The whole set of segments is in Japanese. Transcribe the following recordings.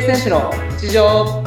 選手の日常。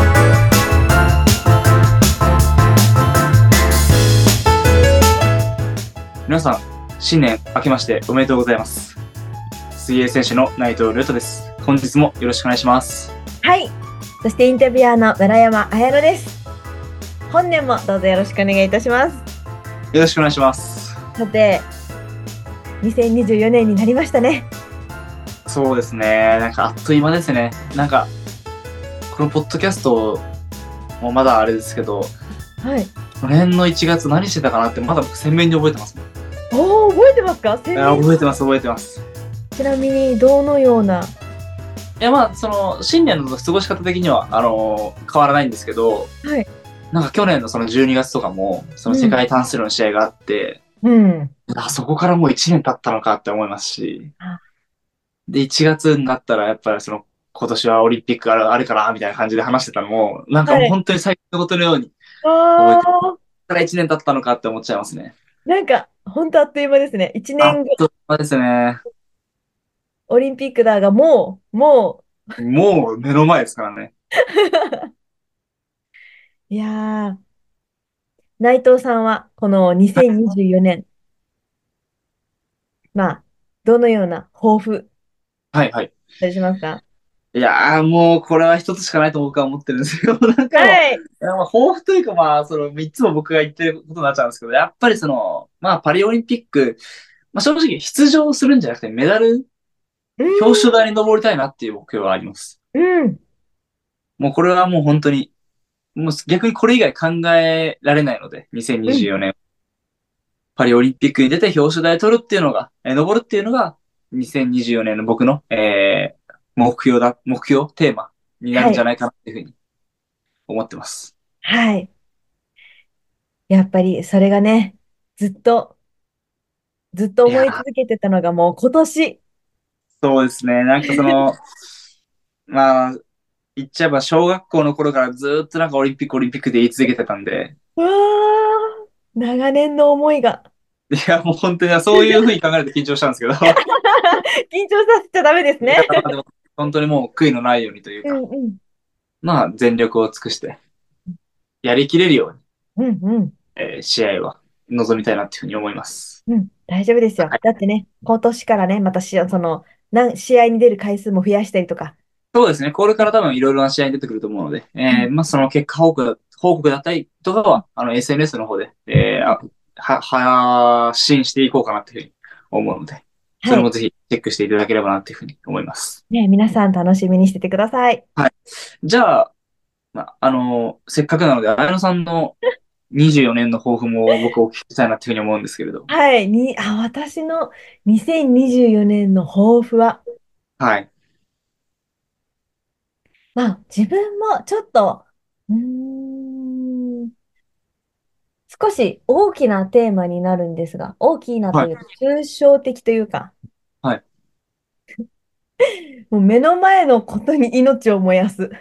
皆さん、新年明けましておめでとうございます。水泳選手の内藤瑠斗です。本日もよろしくお願いします。 はい。そしてインタビュアーの村山彩乃です。本年もどうぞよろしくお願いいたします。 よろしくお願いします。 さて、2024年になりましたね。 そうですね。なんかあっという間ですね。なんか、このポッドキャストもまだあれですけど、 はい。 去年の1月何してたかなってまだ僕鮮明に覚えてますもん。 おー、覚えてますか？ 覚えてます、覚えてます。 ちなみに、どのような。 いや、まあ、その、新年の過ごし方的には、変わらないんですけど、 はい。 なんか去年のその12月とかも、その世界短水路の試合があって、 うん。 そこからもう1年経ったのかって思いますし、 あ、 で、1月になったらやっぱりその、今年はオリンピックあるから、みたいな感じで話してたのも、なんかもうはい。 本当に最近のことのように覚えてる。 あから1年経ったのかって思っちゃいますね。 なんか、ほんとあっという間ですね。1 あっ年後、 という間ですね。 オリンピックだが、ももう目の前ですからね。 う、いやー、内藤さんは、この2024年、まあ、どのような抱負、 はいはい。 されしますか？ いやーもうこれは一つしかないと僕は思ってるんですよ。なんかもはい。 う、いやまあ抱負というかまあ、その3つも僕が言ってることになっちゃうんですけど、やっぱりその、まあパリオリンピック、まあ正直出場するんじゃなくてメダル、 う表彰ん、 台に登りたいなっていう目標があります。 うん、 もうこれはもう本当に、もう逆にこれ以外考えられないので、 うん。 2024年、パリオリンピックに出て表彰台を取るっていうのが、登るっていうのが、2024年の僕の、目標、テーマになるはい。 んじゃないかなっていうふうに思ってます。 はい。やっぱりそれがね、ずっと、ずっといや、 思い続けてたのがもう今年。 そうですね。なんかその、まあ、言っちゃえば小学校の頃からずーっとなんかオリンピックオリンピックで言い続けてたんで、 うわー、長年の思いが。 いや、もう本当にそういうふうに考えると緊張したんですけど、 緊張させちゃダメですね。 いや、まあでも本当にもう悔いのないようにというか、 うんうん。 まあ全力を尽くしてやりきれるように、 うんうん。 試合は臨みたいなっていうふうに思います。 うん。大丈夫ですよ。 はい。 だってね、今年からね、また試合に出る回数も増やしたりとか。 そうですね。これかね。 ら多分いろいろな試合に出てくると思うので、 うん。 まあその結果報告だったりとかは、SNS の方で、発信していこうかなっていうふうに思うので、そはい。 れもぜひチェックしていただければなっていうふうに思います。 ね、皆さん楽しみにしててください。 はい。じゃあ、まあ、せっかくなので、綾野さんの24年の抱負も僕お聞きしたいなっていうふうに思うんですけれど。 はい。私の2024年の抱負は、 はい。 まあ、自分もちょっと、うーん、少し大きなテーマになるんですが、大きいなとはい。 いうか、抽象的というか、 はい。 もう目の前のことに命を燃やす。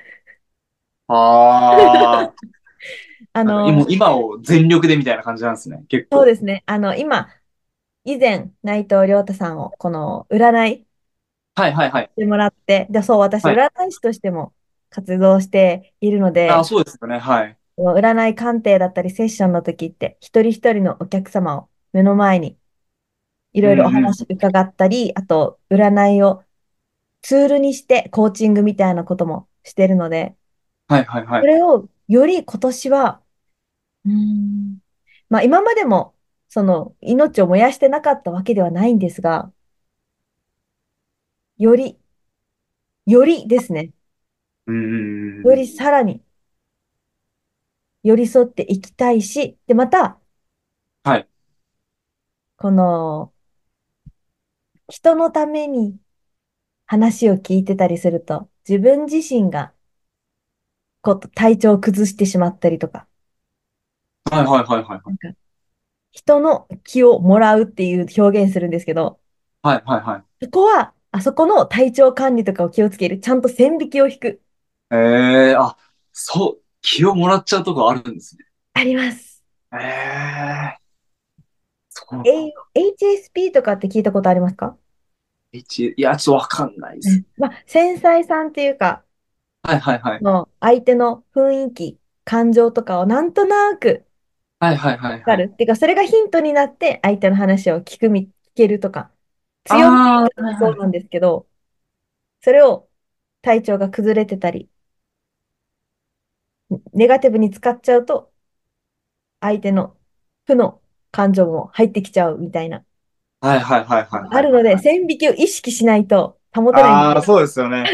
ああ、 あなんかの、 今を全力でみたいな感じなんですね。結構。 そうですね。以前、内藤亮太さんを、この占いはいはいはい。 してもらって、私、 はい。 占い師としても活動しているのあ、 で、 そうですよね。はい。 占い鑑定だったりセッションの時って、一人一人のお客様を目の前にいろいろおうんうん。 話伺ったり、あと、占いをツールにしてコーチングみたいなこともしてるので、 はいはいはい。 それをより今年は、うーん、まあ今までも、その命を燃やしてなかったわけではないんですが、より、よりですね、 うんうんうん。 よりさらに寄り添っていきたいし、で、また、 はい。 この人のために話を聞いてたりすると、自分自身が体調を崩してしまったりとか、 はいはいはいはいはい。 なんか人の気をもらうっていう表現するんですけど、 はいはいはそこは、あそこの体調管理とかを気をつける。ちゃんと線引きを引く。 い。そう、気をもらっちゃうとこあるんですね。 あります。 そうなんだ。 HSP とかって聞いたことありますか？ いや、ちょっとわかんないです。 うん。まあ、繊細さんっていうか、 はいはいはい。 相手の雰囲気、感情とかをなんとなくはいはいはいはい。 わかる。っていうか、それがヒントになって相手の話を聞けるとか、強みでああ、 言うとはいはい。 そうなんですけど、それを体調が崩れてたり、ネガティブに使っちゃうと、相手の負の感情も入ってきちゃうみたいな。 はいはいはいはいあるので、 はいはい。 線引きを意識しないと保てないんですああ、 よ。 そうですよね。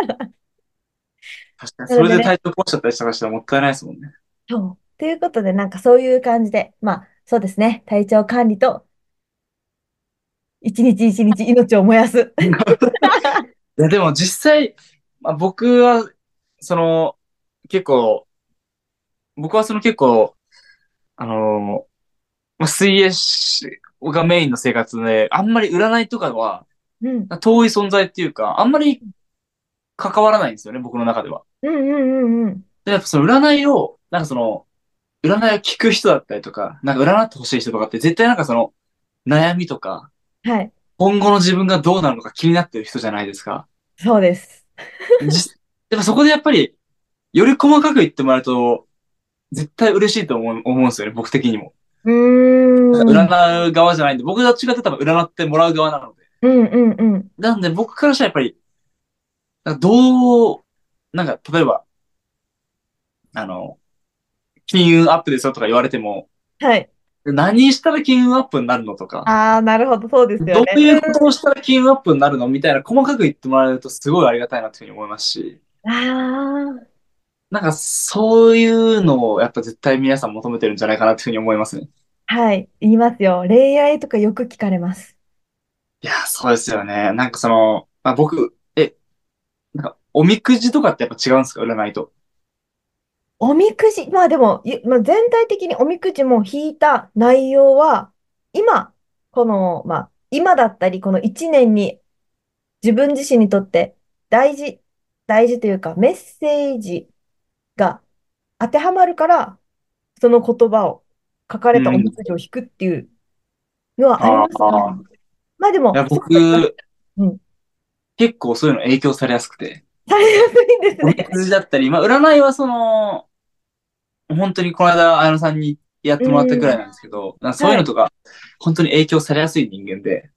確かに、それでなのでね、 体調壊しちゃったりしたらもったいないですもんね。 そう。ということで、なんかそういう感じで、まあ、そうですね。体調管理と、一日一日命を燃やす。 いや、でも実際、まあ、僕は、その、結構、僕はその結構、あのまあ、水泳がメインの生活で、あんまり占いとかはうん。 遠い存在っていうか、あんまり関わらないんですよね、僕の中では。 うんうんうんうん。 で、やっぱその占いを、占いを聞く人だったりとか、なんか占ってほしい人とかって絶対なんかその悩みとか、 はい。 今後の自分がどうなるのか気になってる人じゃないですか。 そうです。 でもそこでやっぱり、より細かく言ってもらうと、絶対嬉しいと思うんですよね、僕的にも。 うーん。 占う側じゃないんで、僕どっちかって多分占ってもらう側なので。 うんうんうん。 なんで僕からしたらやっぱり、なんかどう、なんか例えば、あの、金運アップですよとか言われても、 はい。 何したら金運アップになるのとか、 ああ、なるほど、そうですよね。 どういうことをしたら金運アップになるのみたいな細かく言ってもらえるとすごいありがたいなというふうに思いますし、 ああ、 なんかそういうのをやっぱ絶対皆さん求めてるんじゃないかなというふうに思いますね。 はい、言いますよ。恋愛とかよく聞かれます。 いや、そうですよね。なんかその、まあ、僕、なんかおみくじとかってやっぱ違うんですか占いと？ おみくじ、まあでも、まあ、全体的におみくじも引いた内容は、今、まあ、今だったり、この1年に自分自身にとって大事、大事というか、メッセージが当てはまるから、その言葉を書かれたおみうん。 くじを引くっていうのはありあますね。 あ。いや、 まあでも、そうは言います。 僕、 うん。 結構そういうの影響されやすくて。 されやすいんですおみね。 くじだったり、まあ、占いはその、本当にこの間、綾野さんにやっうてもらったくらいん。 なんですけど、なんかそういうはい。 のとか、本当に影響されやすい人間で、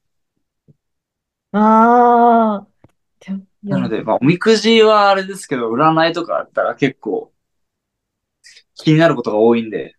ああ。いや、 なので、まあ、おみくじはあれですけど、占いとかあったら結構気になることが多いんで、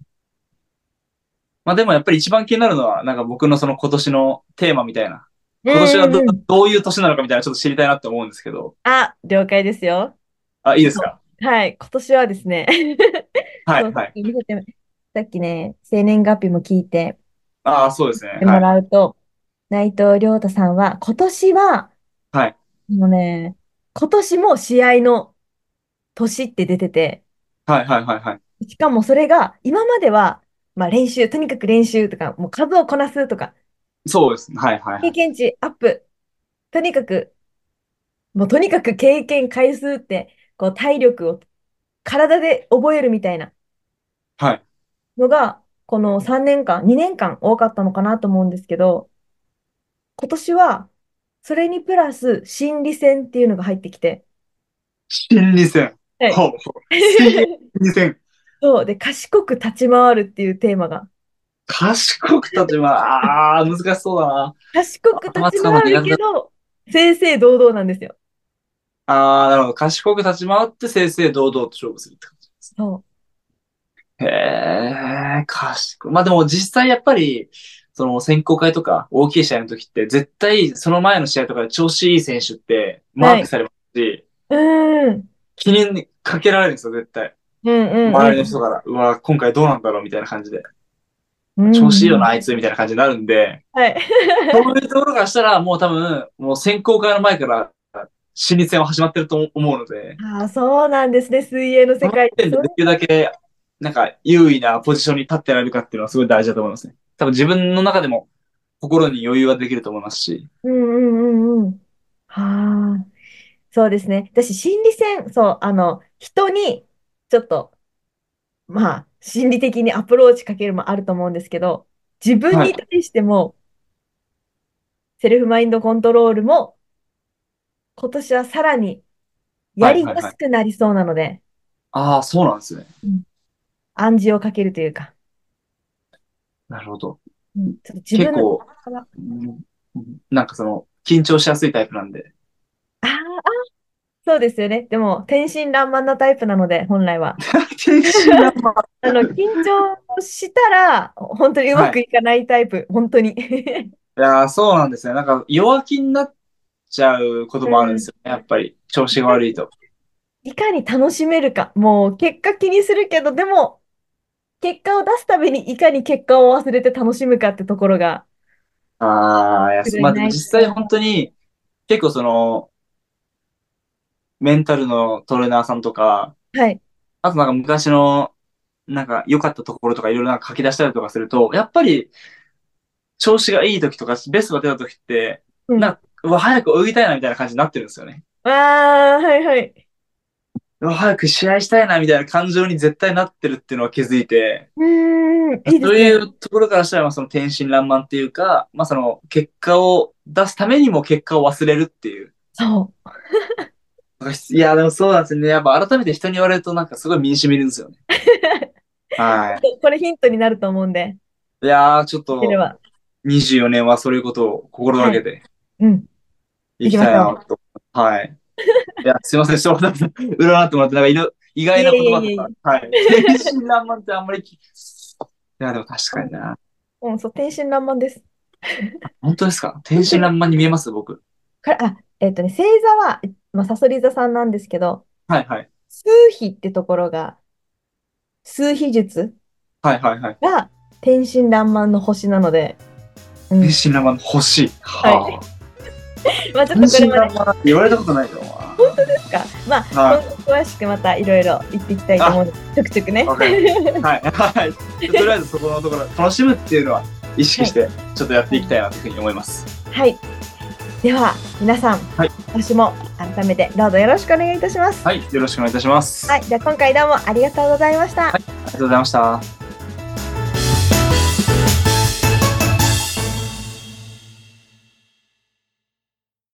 まあでもやっぱり一番気になるのは、なんか僕のその今年のテーマみたいな、 う今年はど、 んうんうん。 どういう年なのかみたいなちょっと知りたいなって思うんですけど、 あ、了解ですよ。 あ、いいですそか？ うはい。今年はですね、 はい、 そう、 はい。 さっきね、生年月日も聞いてああ、そうですね。 もはい。 らうと、内藤亮太さんは、今年は、 はい。 もうね、今年も試合の年って出てて、 はい、はい、はい、はい。 しかもそれが、今までは、まあ練習、とにかく練習とか、もう数をこなすとか、 そうですね。はい、はい、はい。 経験値アップ、とにかく、もうとにかく経験回数って、こう体力を体で覚えるみたいなはい。 のが、この3年間、2年間多かったのかなと思うんですけど、今年は、それにプラス心理戦っていうのが入ってきて、 心理戦。 はい。 ほうほう。水泳心理戦。 そう。で、賢く立ち回るっていうテーマが。 賢く立ちまああー、難しそうだな。 賢く立頭使うのち回る苦手だ。 けど、正々堂々なんですよ。 ああ、なるほど。賢く立ち回って正々堂々と勝負するって感じですそね。へえ、賢い。まあでも実際やっぱり、その選考会とか大きい試合の時って絶対その前の試合とかで調子いい選手ってう。はい。 マークされますし、 うーん。 気にかけられるんですよ、絶対。 うんうん周りの人から、うわ、今回どうなんだろうみたいな感じで。 うん。 調子いいよな、 うんうん。 あいつみたいな感じになるんで、 はい。 そういうところからしたら、もう多分、もう選考会の前から心理戦は始まってると思うので、 ああ、そうなんですね。水泳のその世界って。 時点でできるだけ、なんか優位なポジションに立ってられるかっていうのはすごい大事だと思いますね。多分自分の中でも心に余裕ができると思いますし。 うんうんうんうん。はあ。そうですね。私、心理戦、そう、人に、ちょっと、まあ、心理的にアプローチかけるもあると思うんですけど、自分はい。 に対しても、セルフマインドコントロールも、今年はさらにやりやすくなりそうなので、 ああ、そうなんですね。 暗示をかけるというか、 なるほど。 ちょっと自分の、 結構、うんなんか緊張しやすいタイプなんで。 ああ、そうですよね。でも、天真爛漫なタイプなので、本来は。 天真爛漫。 緊張したら、本当にうまはい。 くいかないタイプ、本当に。 いやー、そうなんですね。なんか弱気になっちゃうことうもあるんでん。 すよね。やっぱり、調子いかに、 が悪いと。 いかに楽しめるか。もう、結果気にするけど、でも、結果を出すたびにいかに結果を忘れて楽しむかってところが、 ああ、いや、まあでもない実際本当に、結構メンタルのトレーナーさんとか、 はい。 あとなんか昔の、なんか良かったところとかいろいろなんか書き出したりとかすると、やっぱり調子がいい時とか、ベストが出た時って、 うん。 うわ、早く泳ぎたいなみたいな感じになってるんですよね。 ああ、はいはい。 うわ、早く試合したいなみたいな感情に絶対なってるっていうのは気づいて、 いいでそうすね。 いうところからしたら、その天真爛漫っていうか、まあその結果を出すためにも結果を忘れるっていう。 そいや、でもそうなんですよね。やっぱ改めて人に言われるとなんかすごい身に染みるんですよね。はい。 う。これヒントになると思うんで、 いやー、ちょっとでは、 24年はそういうことを心がはい。 けてうん。 いき行きましょたいなと。はい。いや、すいません、ちょっと占ってもらって、なんか意う。いえ外な言葉とか。 いえいえいはい。天真爛漫ってあんまりいや、でも確かにな。 うん、そう、天真爛漫です。 本当ですか？天本当に。 真爛漫に見えます僕。 星座は、まあ、さそり座さんなんですけど、 はいはい。 数比ってところが、数比術はいはいはい。 が天真爛漫の星なので、うん。 天真爛漫の星。 はい。 はあ。 まあちょっ天真とこれまで、 爛漫って言われたことないよですか。まあ、 な。はい。 今後詳しくまたいろいろ言っていきたいと思うあ、 ので、ちょくちょくね。 わかりました。はい。はい。とりあえずそこのところ、楽しむっていうのは意識はい。 して、ちょっとやっていきたいなというふうに思います。 はい。では、皆さん、 はい。 私も改めてどうぞよろしくお願いいたします。 はい。よろしくお願いいたします。 はい。じゃあ今回どうもありがとうございました。 はい。ありがとうございました。